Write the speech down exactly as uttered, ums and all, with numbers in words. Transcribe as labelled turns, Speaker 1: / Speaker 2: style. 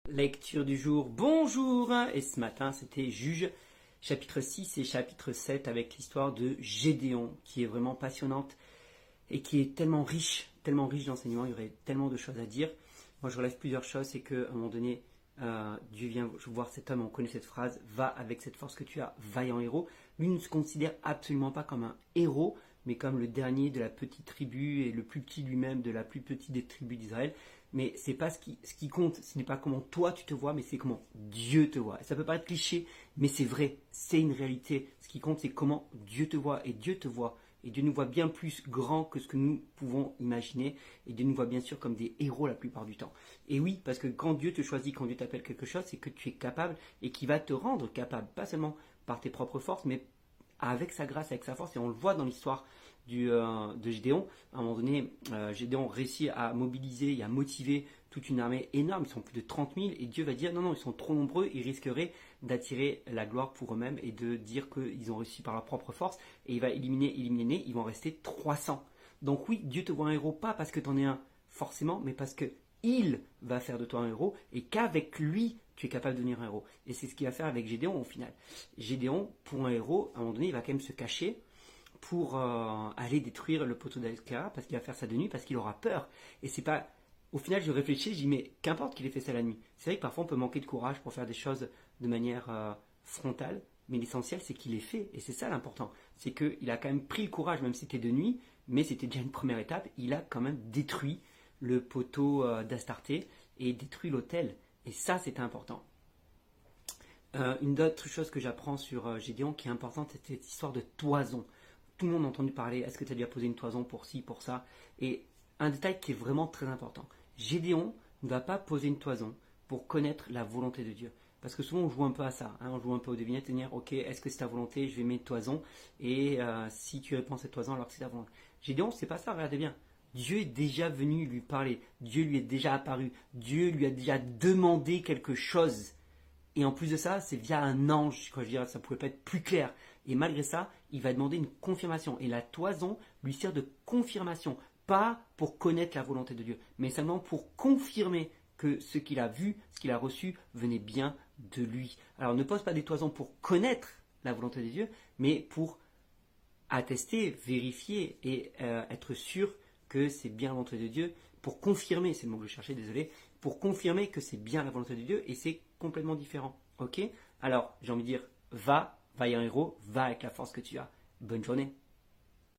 Speaker 1: Lecture du jour, bonjour. Et ce matin c'était Juge chapitre six et chapitre sept avec l'histoire de Gédéon qui est vraiment passionnante et qui est tellement riche, tellement riche d'enseignements, il y aurait tellement de choses à dire. Moi je relève plusieurs choses, c'est qu'à un moment donné euh, Dieu vient voir cet homme, on connaît cette phrase, va avec cette force que tu as, vaillant héros. Lui ne se considère absolument pas comme un héros, mais comme le dernier de la petite tribu et le plus petit lui-même de la plus petite des tribus d'Israël. Mais c'est pas ce qui, ce qui compte, ce n'est pas comment toi tu te vois, mais c'est comment Dieu te voit. Et ça peut paraître cliché, mais c'est vrai, c'est une réalité. Ce qui compte, c'est comment Dieu te voit. Et Dieu te voit. Et Dieu nous voit bien plus grand que ce que nous pouvons imaginer. Et Dieu nous voit bien sûr comme des héros la plupart du temps. Et oui, parce que quand Dieu te choisit, quand Dieu t'appelle quelque chose, c'est que tu es capable et qu'il va te rendre capable. Pas seulement par tes propres forces, mais avec sa grâce, avec sa force. Et on le voit dans l'histoire du, euh, de Gédéon. À un moment donné, euh, Gédéon réussit à mobiliser et à motiver toute une armée énorme. Ils sont plus de trente mille. Et Dieu va dire, non, non, ils sont trop nombreux. Ils risqueraient d'attirer la gloire pour eux-mêmes et de dire qu'ils ont réussi par leur propre force. Et il va éliminer, éliminer, ils vont rester trois cents. Donc oui, Dieu te voit un héros, pas parce que tu en es un forcément, mais parce que il va faire de toi un héros et qu'avec lui, tu es capable de devenir un héros. Et c'est ce qu'il va faire avec Gédéon au final. Gédéon, pour un héros, à un moment donné, il va quand même se cacher pour euh, aller détruire le poteau d'Asclara parce qu'il va faire ça de nuit, parce qu'il aura peur. Et c'est pas... Au final, je réfléchis, je dis, mais qu'importe qu'il ait fait ça la nuit. C'est vrai que parfois, on peut manquer de courage pour faire des choses de manière euh, frontale, mais l'essentiel, c'est qu'il l'ait fait. Et c'est ça l'important. C'est qu'il a quand même pris le courage, même si c'était de nuit, mais c'était déjà une première étape. Il a quand même détruit le poteau euh, d'Astarté et détruit l'autel. Et ça, c'était important. Euh, une autre chose que j'apprends sur euh, Gédéon qui est importante, c'est cette histoire de toison. Tout le monde a entendu parler, est-ce que tu as déjà posé une toison pour ci, pour ça? Et un détail qui est vraiment très important. Gédéon ne va pas poser une toison pour connaître la volonté de Dieu. Parce que souvent on joue un peu à ça, hein, on joue un peu aux devinettes, et dire ok, est-ce que c'est ta volonté, je vais mettre toison, et euh, si tu réponds à cette toison alors que c'est ta volonté. Gédéon, c'est pas ça, regardez bien. Dieu est déjà venu lui parler, Dieu lui est déjà apparu, Dieu lui a déjà demandé quelque chose. Et en plus de ça, c'est via un ange, quoi, je veux dire, ça ne pouvait pas être plus clair. Et malgré ça, il va demander une confirmation. Et la toison lui sert de confirmation, pas pour connaître la volonté de Dieu, mais seulement pour confirmer que ce qu'il a vu, ce qu'il a reçu, venait bien de lui. Alors ne pose pas des toisons pour connaître la volonté de Dieu, mais pour attester, vérifier et euh, être sûr que c'est bien la volonté de Dieu, pour confirmer, c'est le mot que je cherchais, désolé, pour confirmer que c'est bien la volonté de Dieu et c'est complètement différent. Ok? Alors, j'ai envie de dire, va, va y un héros, va avec la force que tu as. Bonne journée.